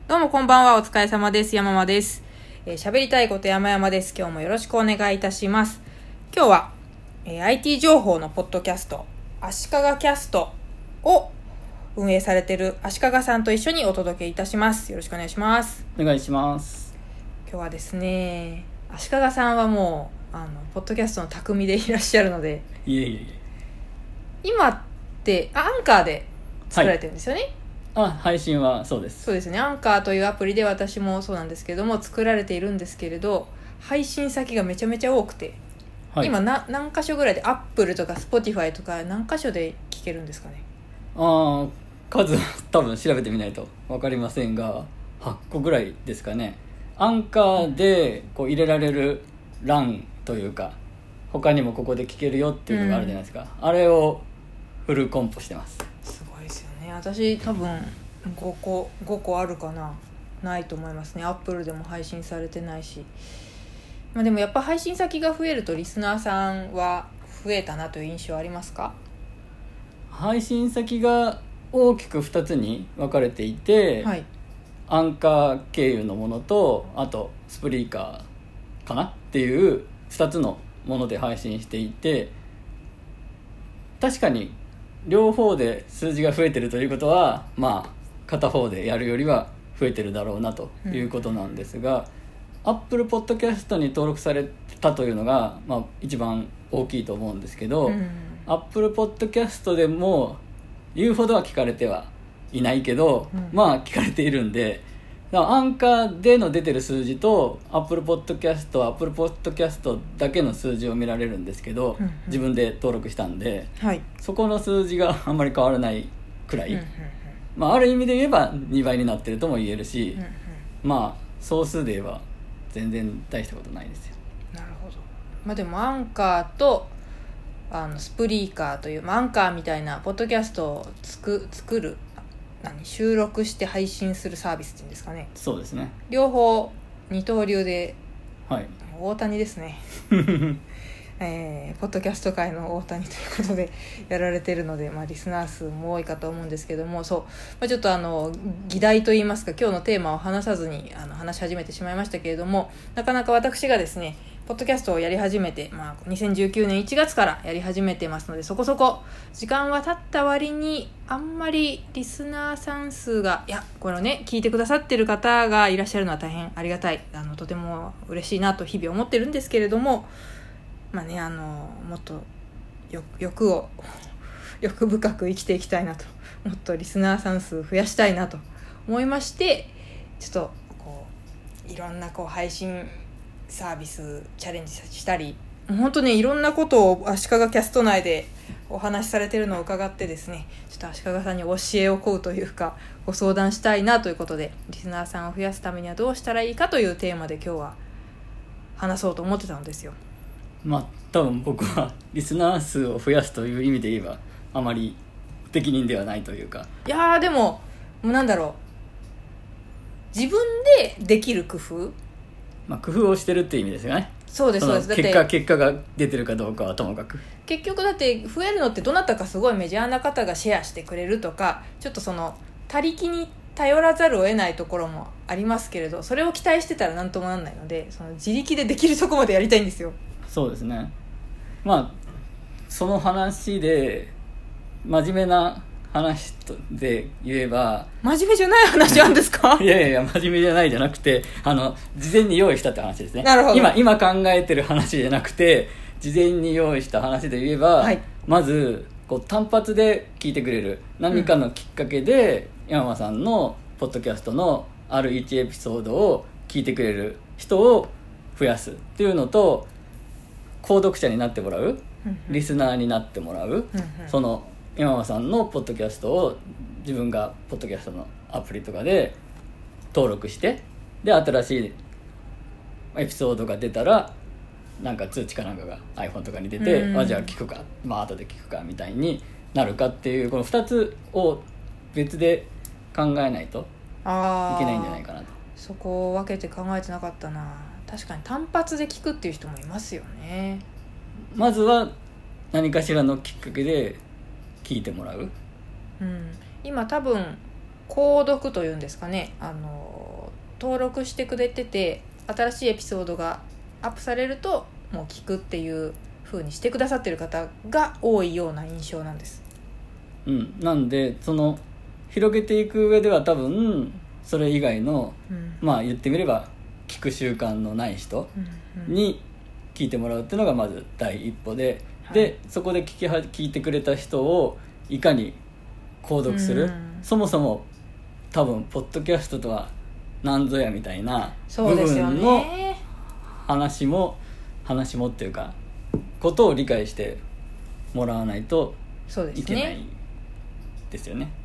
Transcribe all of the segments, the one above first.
どうもこんばんは。お疲れ様です。山間です。喋りたいこと山々です。今日もよろしくお願いいたします。今日は、IT 情報のポッドキャスト、足利キャストを運営されている足利さんと一緒にお届けいたします。よろしくお願いします。 お願いします。 今日はですね、足利さんはもうポッドキャストの匠でいらっしゃるので、 いえいえいえ。 今ってアンカーで作られてるんですよね。 配信はそうです。 そうですね。アンカーというアプリで私もそうなんですけれども作られているんですけれど、配信先がめちゃめちゃ多くて、 はい、 今何箇所ぐらいで Apple とか Spotify とか何箇所で聞けるんですかね。 数は多分調べてみないと分かりませんが8個ぐらいですかね。アンカーでこう入れられる欄というか他にもここで聞けるよっていうのがあるじゃないですか、あれをフルコンポしてます。 すごいですよね。私多分5個あるかな。ないと思いますね。 Apple でも配信されてないし、でもやっぱ配信先が増えるとリスナーさんは増えたなという印象ありますか？ 配信先が大きく2つに分かれていて、 はい、 アンカー経由のものとあとスプリーカーかなっていう2つのもので配信していて、確かに両方で数字が増えてるということは片方でやるよりは増えてるだろうなということなんですが、Apple Podcast に登録されたというのが、一番大きいと思うんですけど、Apple Podcast でも言うほどは聞かれてはいないけど、聞かれているんで、アンカーでの出てる数字と Apple Podcast だけの数字を見られるんですけど、自分で登録したんで、そこの数字があんまり変わらないくらい、ある意味で言えば2倍になってるとも言えるし、総数で言えば全然大したことないですよ。 なるほど。でもアンカーとスプリーカーという、アンカーみたいなポッドキャストを作る収録して配信するサービスっていうんですかね。 そうですね。 両方二刀流で、 はい、 大谷ですねポッドキャスト界の大谷ということでやられているので、リスナー数も多いかと思うんですけども、ちょっと議題といいますか今日のテーマを話さずに話し始めてしまいましたけれども、なかなか私がですねポッドキャストをやり始めて、2019年1月からやり始めてますので、そこそこ時間は経った割にあんまりリスナーさん数が、これをね聞いてくださってる方がいらっしゃるのは大変ありがたい、とても嬉しいなと日々思ってるんですけれども、もっと欲深く生きていきたいなと、もっとリスナーさん数増やしたいなと思いまして、ちょっといろんな配信サービスチャレンジしたり、本当ねいろんなことを足利キャスト内でお話しされてるのを伺ってですね、ちょっと足利さんに教えを請うというかご相談したいなということで、リスナーさんを増やすためにはどうしたらいいかというテーマで今日は話そうと思ってたんですよ。 多分僕はリスナー数を増やすという意味で言えばあまり適任ではないというか、 でも自分でできる工夫、 工夫をしてるっていう意味ですよね。 そうですそうです。だって結果が出てるかどうかはともかく、 結局だって増えるのってどなたかすごいメジャーな方がシェアしてくれるとか、ちょっと他力に頼らざるを得ないところもありますけれど、それを期待してたら何ともなんないので、自力でできるとこまでやりたいんですよ。 そうですね。その話で真面目な話で言えば、 真面目じゃない話なんですか？ いや真面目じゃないじゃなくて、事前に用意したって話ですね。 なるほど。 今考えてる話じゃなくて事前に用意した話で言えば、まず単発で聞いてくれる何かのきっかけで、山間さんのポッドキャストのある1エピソードを聞いてくれる人を増やすっていうのと、購読者になってもらう、リスナーになってもらう、その山間さんのポッドキャストを自分がポッドキャストのアプリとかで登録して、で新しいエピソードが出たら通知かなんかが iPhone とかに出て、じゃあ聞くか、後で聞くかみたいになるかっていう、この2つを別で考えないといけないんじゃないかなと。 そこを分けて考えてなかったな。確かに単発で聞くっていう人もいますよね。 まずは何かしらのきっかけで聞いてもらう、 今多分購読というんですかね、 登録してくれてて新しいエピソードがアップされるともう聞くっていう風にしてくださってる方が多いような印象なんです。 なんでその広げていく上では多分それ以外の、言ってみれば聞く習慣のない人に聞いてもらうっていうのがまず第一歩で、でそこで聞いてくれた人をいかに購読する、そもそも多分ポッドキャストとは何ぞやみたいな部分の話もっていうかことを理解してもらわないといけないですよね。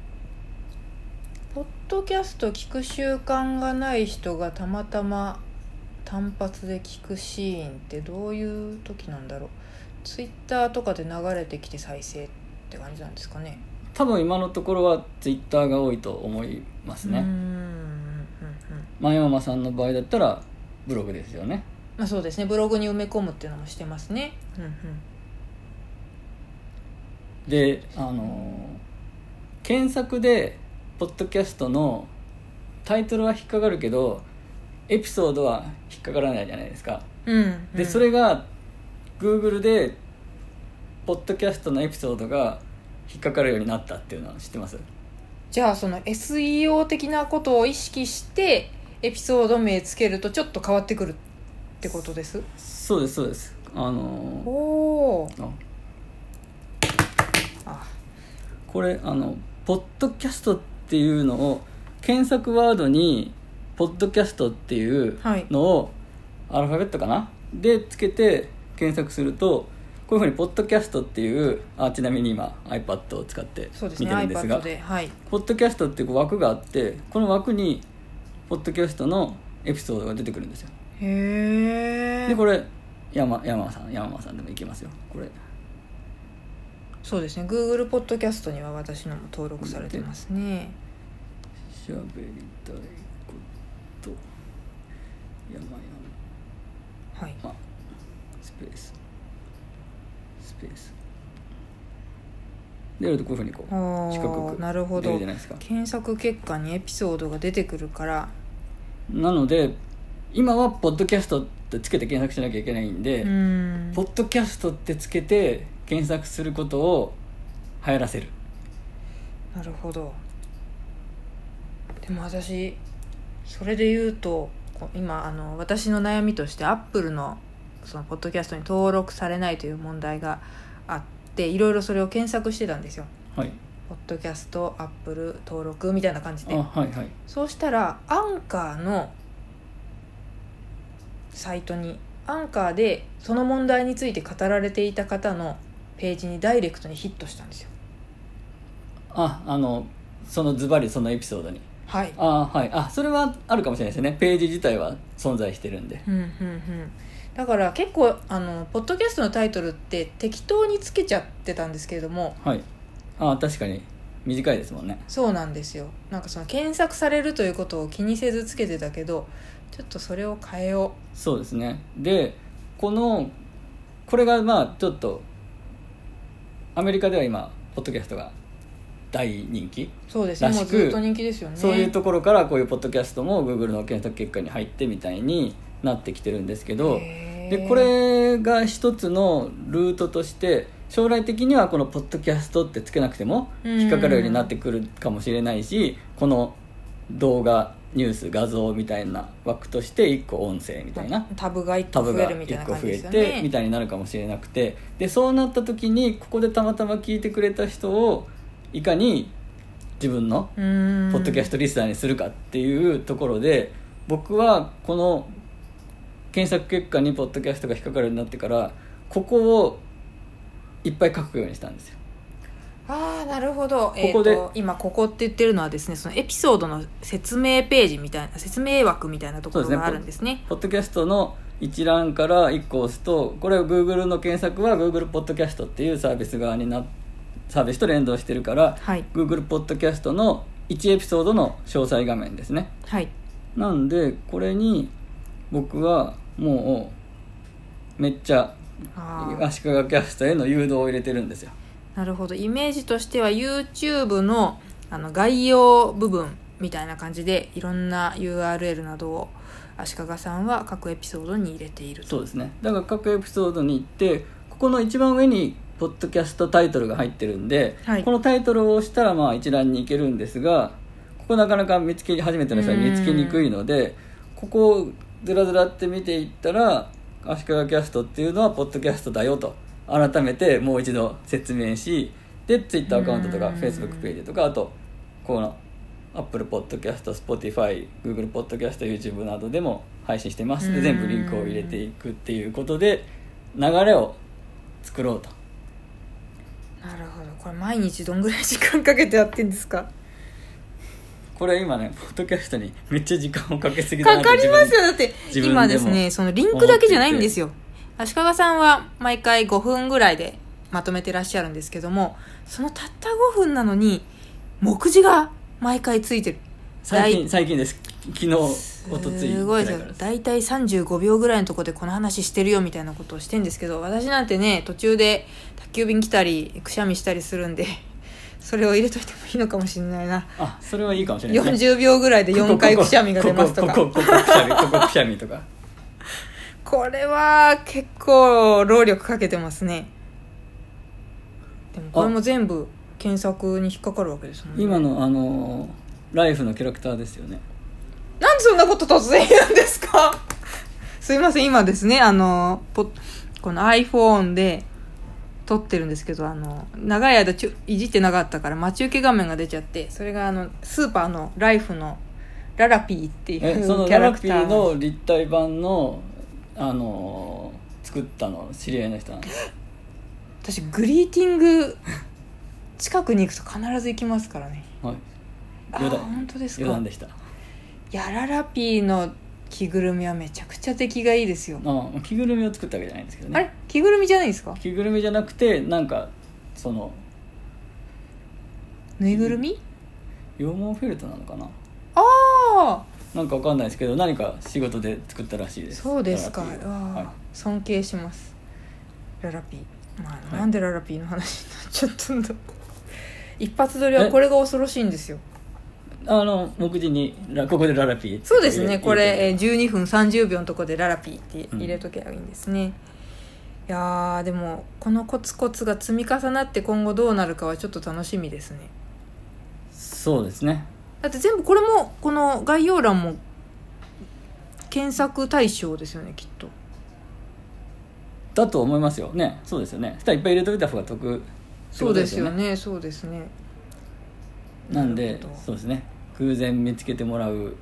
ポッドキャスト聞く習慣がない人がたまたま単発で聞くシーンってどういう時なんだろう。ツイッターとかで流れてきて再生って感じなんですかね。 多分今のところはツイッターが多いと思いますね。山間さんの場合だったらブログですよね。 そうですね、ブログに埋め込むっていうのもしてますね。 で検索でポッドキャストのタイトルは引っかかるけどエピソードは引っかからないじゃないですか。でそれが Google でポッドキャストのエピソードが引っかかるようになったっていうのは知ってます？ じゃあその SEO 的なことを意識してエピソード名つけるとちょっと変わってくるってことです？ そうですそうです。これポッドキャストっていうのを検索ワードにポッドキャストっていうのをアルファベットかなでつけて検索するとこういうふうにポッドキャストっていうちなみに今 iPad を使って見てるんですが、ポッドキャストっていう枠があってこの枠にポッドキャストのエピソードが出てくるんですよ。でこれ山間さんでもいけますよ。これそうですね、 Google ポッドキャストには私のも登録されてますね。 しゃべりたいこと山スペース出るとこういうふうにこう四角く出るじゃないですか。 検索結果にエピソードが出てくるから。 なので今はポッドキャストってつけて検索しなきゃいけないんで、ポッドキャストってつけて検索することを流行らせる。 なるほど。でも私それで言うと今私の悩みとして Apple のそのポッドキャストに登録されないという問題があっていろいろそれを検索してたんですよ。ポッドキャスト Apple 登録みたいな感じで。そうしたらアンカーのサイトにアンカーでその問題について語られていた方のページにダイレクトにヒットしたんですよ。 そのズバリそのエピソードに。それはあるかもしれないですね。ページ自体は存在してるんで。 だから結構ポッドキャストのタイトルって適当につけちゃってたんですけれども、 確かに短いですもんね。 そうなんですよ。なんかその検索されるということを気にせずつけてたけどちょっとそれを変えよう。 そうですね。でこれがちょっとアメリカでは今ポッドキャストが大人気そうですね、もうずっと人気ですよね。 そういうところからこういうポッドキャストも Google の検索結果に入ってみたいになってきてるんですけど、でこれが一つのルートとして将来的にはこのポッドキャストってつけなくても引っかかるようになってくるかもしれないし、この動画ニュース画像みたいな枠として1個音声みたいなタブが1個増えるみたいな感じですよね。 タブが1個増えてみたいになるかもしれなくて、でそうなった時にここでたまたま聞いてくれた人をいかに自分のポッドキャストリスナーにするかっていうところで、僕はこの検索結果にポッドキャストが引っかかるようになってからここをいっぱい書くようにしたんですよ。 なるほど。今ここって言ってるのはですね、そのエピソードの説明ページみたいな説明枠みたいなところがあるんですね。 ポッドキャストの一覧から1個押すと、これは Google の検索は Google ポッドキャストっていうサービス側にサービスと連動してるから、Google ポッドキャストの1エピソードの詳細画面ですね。なんでこれに僕はもうめっちゃ足利キャストへの誘導を入れてるんですよ。 なるほど。イメージとしては YouTube の概要部分みたいな感じでいろんな URL などを足利さんは各エピソードに入れていると。 そうですね。だから各エピソードに行ってここの一番上にポッドキャストタイトルが入ってるんで、 はい、 このタイトルを押したらまあ一覧に行けるんですが、ここなかなか初めての人は見つけにくいので、ここをずらずらって見ていったら足利キャストっていうのはポッドキャストだよと改めてもう一度説明し、で Twitter アカウントとか Facebook ページとか、あとこの Apple Podcast、Spotify、Google Podcast、YouTube などでも配信してますで、全部リンクを入れていくっていうことで流れを作ろうと。 なるほど。これ毎日どんぐらい時間かけてやってんですか？ これ今ねポッドキャストにめっちゃ時間をかけすぎだなかかりますよ。だって今ですね、そのリンクだけじゃないんですよ。足利さんは毎回5分ぐらいでまとめてらっしゃるんですけども、そのたった5分なのに目次が毎回ついてる。 最近です。昨日おとついすごいですよ。だいたい35秒ぐらいのところでこの話してるよみたいなことをしてるんですけど、私なんてね途中で宅急便来たりくしゃみしたりするんで、それを入れといてもいいのかもしれないな。 あ、それはいいかもしれないですね。 40秒ぐらいで4回くしゃみが出ますとか、 ここくしゃみとかこれは結構労力かけてますね。でもこれも全部検索に引っかかるわけですもんね。 今のライフのキャラクターですよね。 なんでそんなこと突然言うんですか？すいません、今ですねこの iPhone で撮ってるんですけど、長い間いじってなかったから待ち受け画面が出ちゃって、それがスーパーのライフのララピーっていうキャラクター。 そのララピーの立体版の作ったの知り合いの人なんです。 私グリーティング近くに行くと必ず行きますからね。 はい。 本当ですか。 余談でした。 いや、ララピーの着ぐるみはめちゃくちゃ出来がいいですよ。 着ぐるみを作ったわけじゃないんですけどね。 あれ着ぐるみじゃないですか？ 着ぐるみじゃなくて、なんかそのぬいぐるみ？ 羊毛フェルトなのかな。 ああ、 なんかわかんないですけど、何か仕事で作ったらしいです。 そうですか。 はい、 尊敬しますララピー。まあ、 はい、 なんでララピーの話になっちゃったんだ。一発撮りはこれが恐ろしいんですよ。 目次にここでララピーって。 そうですね、これ12分30秒のとこでララピーって入れとけばいいんですね。いやでもこのコツコツが積み重なって今後どうなるかはちょっと楽しみですね。 そうですね。 だって全部これもこの概要欄も検索対象ですよね、きっと。 だと思いますよね。そうですよね。したらいっぱい入れといた方が得ってそうですよね。そうですね。 なんでそうですね、偶然見つけてもらう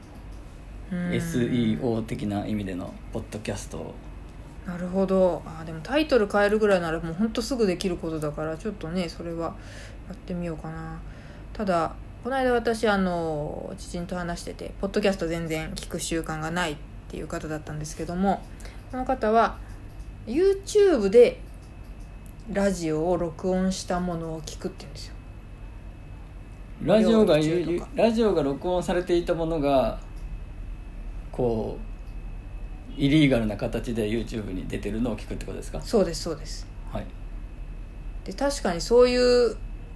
SEO 的な意味でのポッドキャストを。 なるほど。でもタイトル変えるぐらいならもうほんとすぐできることだから、ちょっとねそれはやってみようかな。ただこの間私知人と話してて、ポッドキャスト全然聞く習慣がないっていう方だったんですけども、この方は YouTube でラジオを録音したものを聞くって言うんですよ。 ラジオが録音されていたものがこうイリーガルな形で YouTube に出てるのを聞くってことですか？ そうですそうです。 はい。 で確かにそういう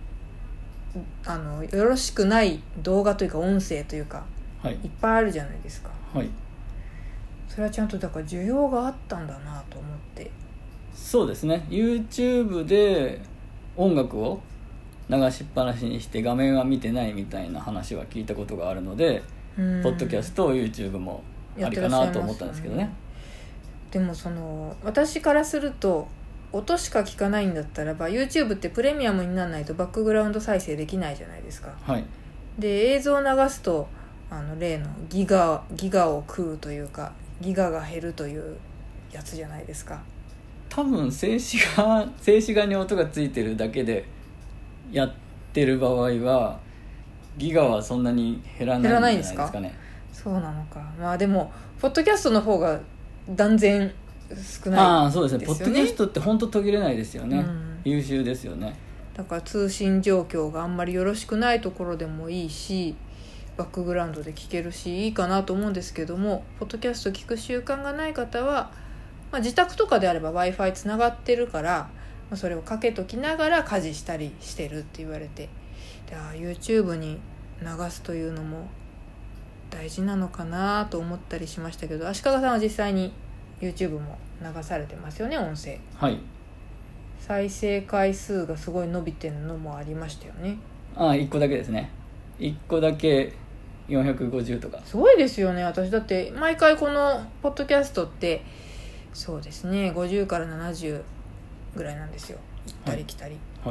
よろしくない動画というか音声というか、 はい、 いっぱいあるじゃないですか。 はい。 それはちゃんとだから需要があったんだなと思って。 そうですね。 YouTube で音楽を流しっぱなしにして画面は見てないみたいな話は聞いたことがあるので、ポッドキャスト YouTube もありかなと思ったんですけどね。 でも私からすると音しか聞かないんだったらば YouTube ってプレミアムにならないとバックグラウンド再生できないじゃないですか。 はい。 で映像を流すと例のギガを食うというかギガが減るというやつじゃないですか。 多分静止画に音がついてるだけでやってる場合はギガはそんなに減らないんじゃないですかね。 そうなのか。まあでもポッドキャストの方が断然少ないですよね。 そうですね。ポッドキャストって本当途切れないですよね。優秀ですよね。 だから通信状況があんまりよろしくないところでもいいし、バックグラウンドで聞けるしいいかなと思うんですけども、ポッドキャスト聞く習慣がない方は、自宅とかであれば Wi-Fi つながってるから、それをかけときながら家事したりしてるって言われて、でYouTube に流すというのも大事なのかなと思ったりしましたけど、足利さんは実際に YouTube も流されてますよね、音声。 はい。 再生回数がすごい伸びてるのもありましたよね。 1個だけですね。1個だけ450とか。 すごいですよね。私だって毎回このポッドキャストってそうですね、50から70ぐらいなんですよ、行ったり来たり。 はい。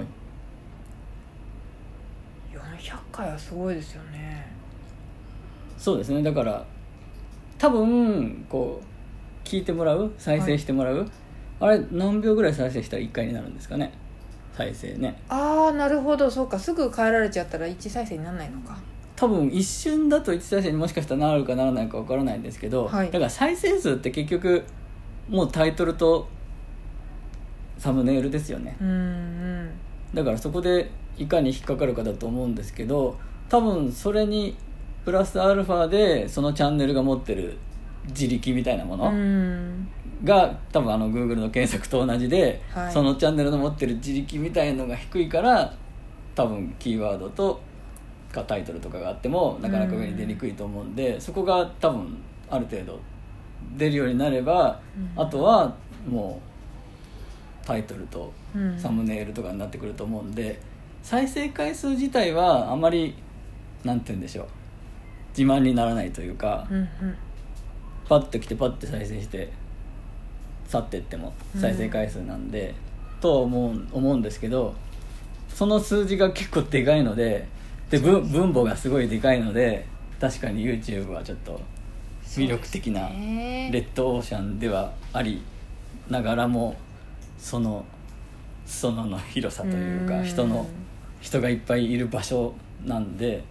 400回はすごいですよね。 そうですね。だから多分こう聞いてもらう、再生してもらう、はい、あれ何秒ぐらい再生したら1回になるんですかね、再生ね。 ああ、なるほど。そうか、すぐ変えられちゃったら1再生にならないのか。 多分一瞬だと1再生にもしかしたらなるかならないか分からないんですけど、 はい、 だから再生数って結局もうタイトルとサムネイルですよね。だからそこでいかに引っかかるかだと思うんですけど、多分それにプラスアルファでそのチャンネルが持ってる自力みたいなものが多分Google の検索と同じで、はい、そのチャンネルの持ってる自力みたいのが低いから、多分キーワードとかタイトルとかがあってもなかなか上に出にくいと思うんで、そこが多分ある程度出るようになれば、あとはもうタイトルとサムネイルとかになってくると思うんで、再生回数自体はあまりなんて言うんでしょう、自慢にならないというか、パッと来てパッて再生して去っていっても再生回数なんで、とは思うんですけど、その数字が結構でかいので、分母がすごいでかいので、確かに YouTube はちょっと魅力的なレッドオーシャンではありながらも、その裾野の広さというか、人がいっぱいいる場所なんで。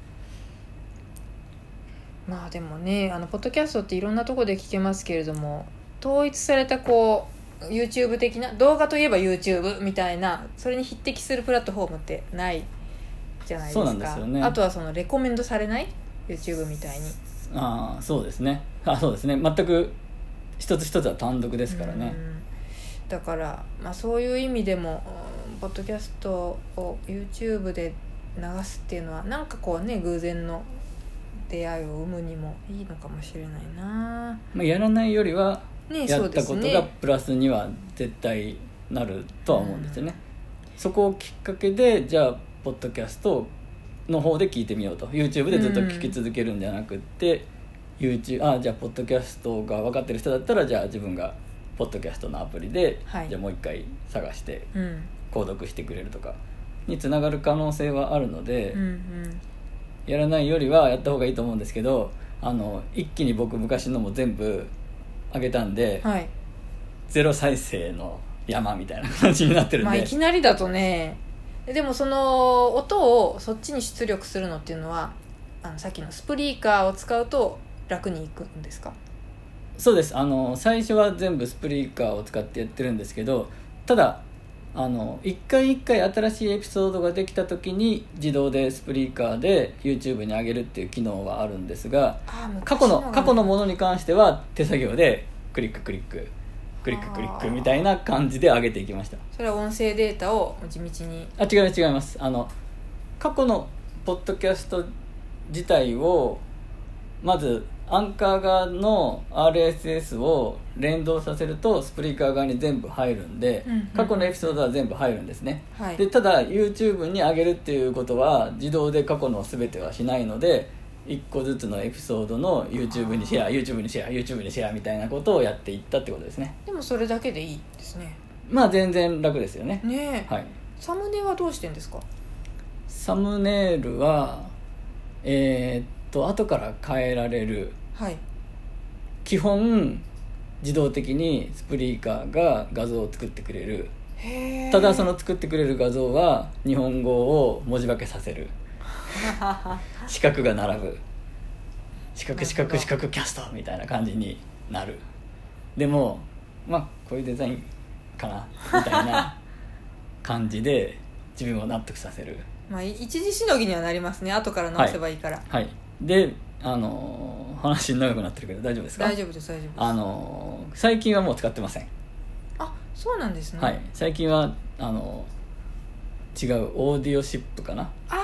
まあでもね、ポッドキャストっていろんなところで聞けますけれども、統一されたこう YouTube 的な、動画といえば YouTube みたいな、それに匹敵するプラットフォームってないじゃないですか。 そうなんですよね。 あとはそのレコメンドされない YouTube みたいに。 そうですね。そうですね。全く一つ一つは単独ですからね。 だから、そういう意味でもポッドキャストを YouTube で流すっていうのはなんかこうね、偶然の出会いを生むにもいいのかもしれないな。 やらないよりは、 ね、 やったことがプラスには絶対なるとは思うんですよね。そこをきっかけで、じゃあポッドキャストの方で聞いてみようと、 YouTube でずっと聞き続けるんじゃなくて、YouTube じゃあポッドキャストが分かってる人だったら、じゃあ自分がポッドキャストのアプリで、 はい、 じゃあもう一回探して購読してくれるとかにつながる可能性はあるので、やらないよりはやった方がいいと思うんですけど、一気に僕昔のも全部上げたんで、 はい、 ゼロ再生の山みたいな感じになってるんで、 いきなりだとね。でもその音をそっちに出力するのっていうのは、さっきのスプリーカーを使うと楽にいくんですか？ そうです。最初は全部スプリーカーを使ってやってるんですけど、ただ一回一回新しいエピソードができた時に自動でスプリーカーで YouTube に上げるっていう機能はあるんですが、過去のものに関しては手作業でクリッククリッククリッククリックみたいな感じで上げていきました。 それは音声データを地道に。 違います。過去のポッドキャスト自体をまずアンカー側の RSS を連動させるとスプリーカー側に全部入るんで、過去のエピソードは全部入るんですね、 はい、 でただ YouTube に上げるっていうことは自動で過去の全てはしないので、1個ずつのエピソードの YouTube にシェア YouTube にシェア YouTube にシェアみたいなことをやっていったってことですね。 でもそれだけでいいですね。 全然楽ですよね。 ねえ、 はい、 サムネはどうしてんですか？ サムネイルは後から変えられる、 はい、 基本自動的にスプリーカーが画像を作ってくれる。ただその作ってくれる画像は日本語を文字化けさせる四角が並ぶ、四角キャストみたいな感じになる。でもこういうデザインかなみたいな感じで自分を納得させる。 一時しのぎにはなりますね。後から直せばいいから。 はい、で話長くなってるけど大丈夫ですか？ 大丈夫です。 最近はもう使ってません。 そうなんですね。 はい、最近は違うオーディオシップかな。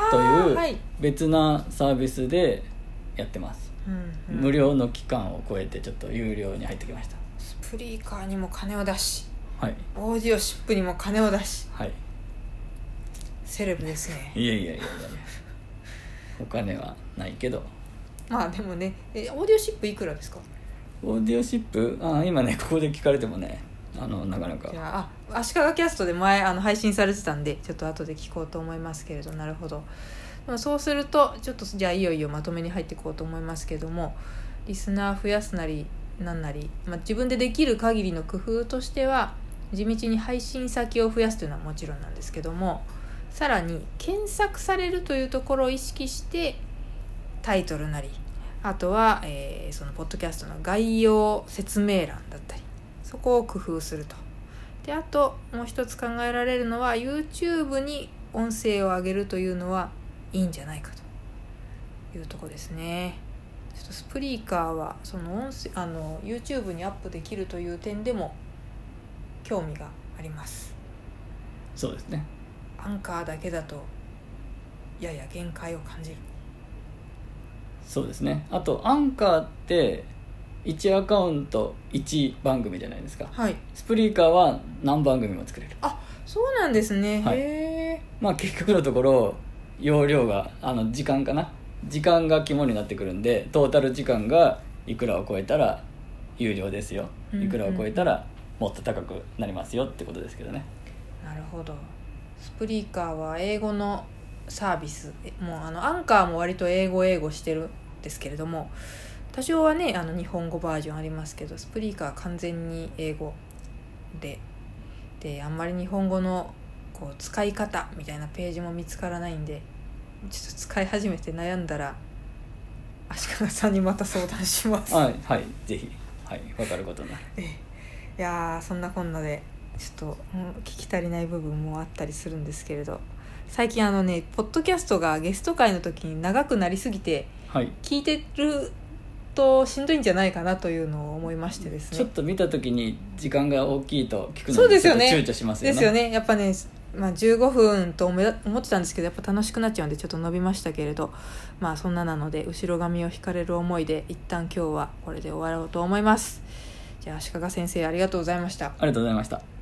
というはい別なサービスでやってます、 うんうん、 無料の期間を超えてちょっと有料に入ってきました。 スプリーカーにも金を出し、 はいオーディオシップにも金を出し、 はい、 セレブですね。 いやいやいやいやお金はないけど。 まあでもね、オーディオシップいくらですか？ オーディオシップ今ねここで聞かれてもねなかなか。 じゃあ足利キャストで前配信されてたんでちょっと後で聞こうと思いますけれど、なるほど。でもそうするとちょっとじゃあいよいよまとめに入っていこうと思いますけども、リスナー増やすなりなんなり、自分でできる限りの工夫としては地道に配信先を増やすというのはもちろんなんですけども、さらに検索されるというところを意識してタイトルなり、あとは、そのポッドキャストの概要説明欄だったり、そこを工夫すると。であともう一つ考えられるのは YouTube に音声を上げるというのはいいんじゃないかというところですね。ちょっとスプリーカーはその音声YouTube にアップできるという点でも興味があります。 そうですね。 アンカーだけだとやや限界を感じる。 そうですね。あとアンカーって1アカウント1番組じゃないですか。 はい。 スプリーカーは何番組も作れる。 あ、そうなんですね。 はい、 へまあ結局のところ容量が時間かな、時間が肝になってくるんで、トータル時間がいくらを超えたら有料ですよ、いくらを超えたらもっと高くなりますよってことですけどね。 なるほど。スプリーカーは英語のサービス、もうアンカーも割と英語してるんですけれども、多少はね日本語バージョンありますけど、スプリーカーは完全に英語であんまり日本語のこう使い方みたいなページも見つからないんで、ちょっと使い始めて悩んだら足利さんにまた相談します。 はいはい、ぜひ、はい、分かることになる。 いやー、そんなこんなでちょっと聞き足りない部分もあったりするんですけれど、最近ポッドキャストがゲスト会の時に長くなりすぎて、 はい、 聞いてるとしんどいんじゃないかなというのを思いましてですね。 ちょっと見た時に時間が大きいと聞くそうのにちょっとですよね。 躊躇しますよね。 ですよね。やっぱね、15分と思ってたんですけど、やっぱ楽しくなっちゃうんでちょっと伸びましたけれど、そんなので後ろ髪を引かれる思いで一旦今日はこれで終わろうと思います。じゃあ足利先生ありがとうございました。 ありがとうございました。